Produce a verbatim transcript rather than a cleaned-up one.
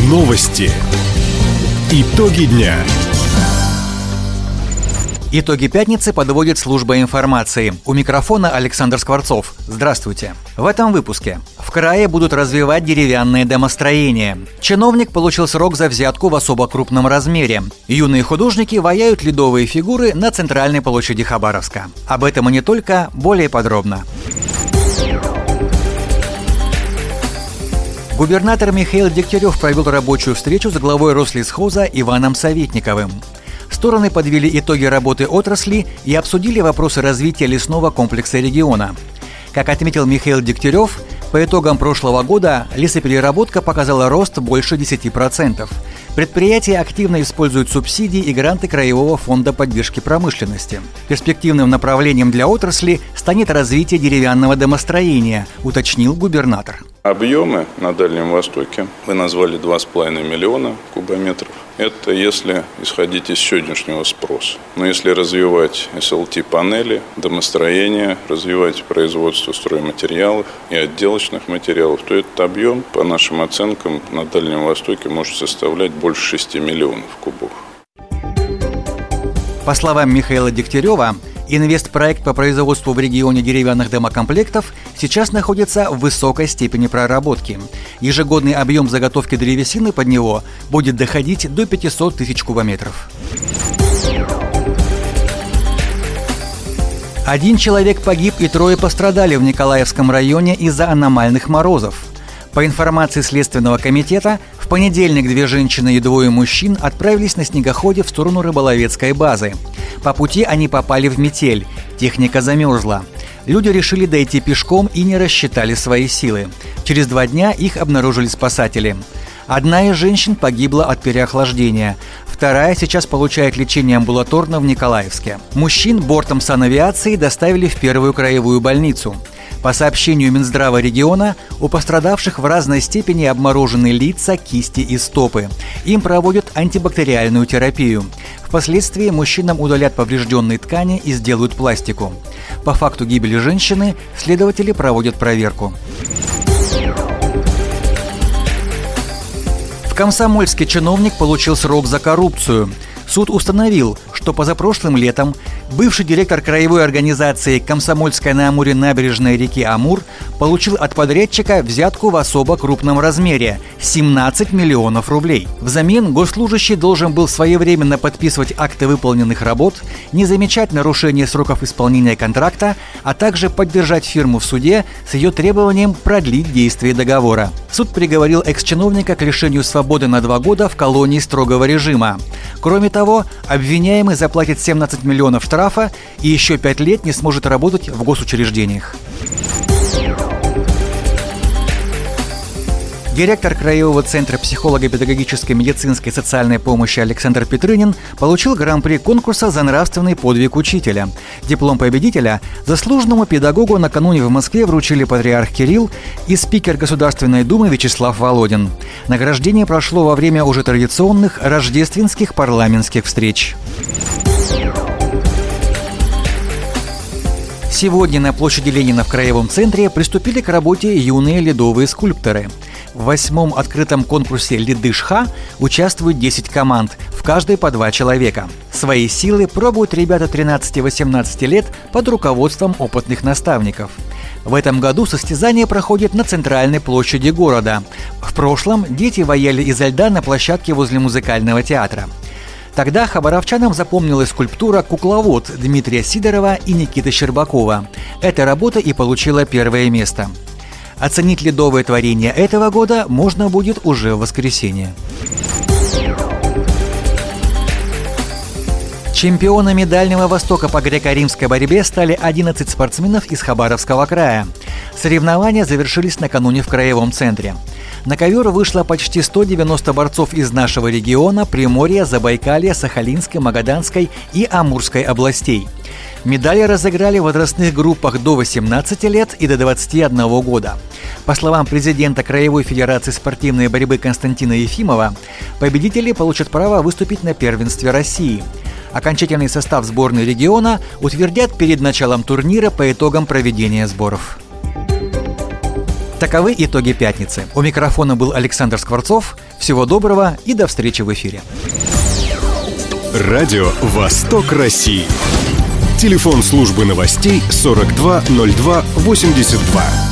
Новости. Итоги дня. Итоги пятницы подводит служба информации. У микрофона Александр Скворцов. Здравствуйте. В этом выпуске. В крае будут развивать деревянное домостроение. Чиновник получил срок за взятку в особо крупном размере. Юные художники ваяют ледовые фигуры на центральной площади Хабаровска. Об этом и не только, более подробно. Губернатор Михаил Дегтярев провел рабочую встречу с главой Рослесхоза Иваном Советниковым. Стороны подвели итоги работы отрасли и обсудили вопросы развития лесного комплекса региона. Как отметил Михаил Дегтярев, по итогам прошлого года лесопереработка показала рост больше десяти процентов. Предприятия активно используют субсидии и гранты Краевого фонда поддержки промышленности. Перспективным направлением для отрасли станет развитие деревянного домостроения, уточнил губернатор. Объемы на Дальнем Востоке вы назвали два с половиной миллиона кубометров. Это если исходить из сегодняшнего спроса. Но если развивать эс эл ти-панели, домостроение, развивать производство стройматериалов и отделочных материалов, то этот объем, по нашим оценкам, на Дальнем Востоке может составлять больше шести миллионов кубов. По словам Михаила Дегтярева, инвестпроект по производству в регионе деревянных домокомплектов сейчас находится в высокой степени проработки. Ежегодный объем заготовки древесины под него будет доходить до пятисот тысяч кубометров. Один человек погиб и трое пострадали в Николаевском районе из-за аномальных морозов. По информации Следственного комитета, в понедельник две женщины и двое мужчин отправились на снегоходе в сторону рыболовецкой базы. По пути они попали в метель, техника замерзла. Люди решили дойти пешком и не рассчитали свои силы. Через два дня их обнаружили спасатели. Одна из женщин погибла от переохлаждения, вторая сейчас получает лечение амбулаторно в Николаевске. Мужчин бортом санавиации доставили в первую краевую больницу. По сообщению Минздрава региона, у пострадавших в разной степени обморожены лица, кисти и стопы. Им проводят антибактериальную терапию. Впоследствии мужчинам удалят поврежденные ткани и сделают пластику. По факту гибели женщины следователи проводят проверку. В Комсомольске чиновник получил срок за коррупцию. Суд установил, что позапрошлым летом бывший директор краевой организации «Комсомольская на Амуре» набережной реки Амур получил от подрядчика взятку в особо крупном размере – семнадцать миллионов рублей. Взамен госслужащий должен был своевременно подписывать акты выполненных работ, не замечать нарушения сроков исполнения контракта, а также поддержать фирму в суде с ее требованием продлить действие договора. Суд приговорил экс-чиновника к лишению свободы на два года в колонии строгого режима. Кроме того, обвиняемый заплатит семнадцать миллионов штрафа и еще пять лет не сможет работать в госучреждениях. Директор Краевого центра психолого-педагогической медицинской и социальной помощи Александр Петрынин получил гран-при конкурса за нравственный подвиг учителя. Диплом победителя заслуженному педагогу накануне в Москве вручили патриарх Кирилл и спикер Государственной Думы Вячеслав Володин. Награждение прошло во время уже традиционных рождественских парламентских встреч. Сегодня на площади Ленина в Краевом центре приступили к работе юные ледовые скульпторы. В восьмом открытом конкурсе «Ледышха» участвуют десять команд, в каждой по два человека. Свои силы пробуют ребята тринадцати-восемнадцати лет под руководством опытных наставников. В этом году состязания проходят на центральной площади города. В прошлом дети ваяли изо льда на площадке возле музыкального театра. Тогда хабаровчанам запомнилась скульптура «Кукловод» Дмитрия Сидорова и Никиты Щербакова. Эта работа и получила первое место. Оценить ледовое творение этого года можно будет уже в воскресенье. Чемпионами Дальнего Востока по греко-римской борьбе стали одиннадцать спортсменов из Хабаровского края. Соревнования завершились накануне в Краевом центре. На ковер вышло почти сто девяносто борцов из нашего региона, Приморья, Забайкалья, Сахалинской, Магаданской и Амурской областей. Медали разыграли в возрастных группах до восемнадцати лет и до двадцати одного года. По словам президента Краевой Федерации спортивной борьбы Константина Ефимова, победители получат право выступить на первенстве России. Окончательный состав сборной региона утвердят перед началом турнира по итогам проведения сборов. Таковы итоги пятницы. У микрофона был Александр Скворцов. Всего доброго и до встречи в эфире. Радио «Восток России». Телефон службы новостей сорок два ноль два восемьдесят два.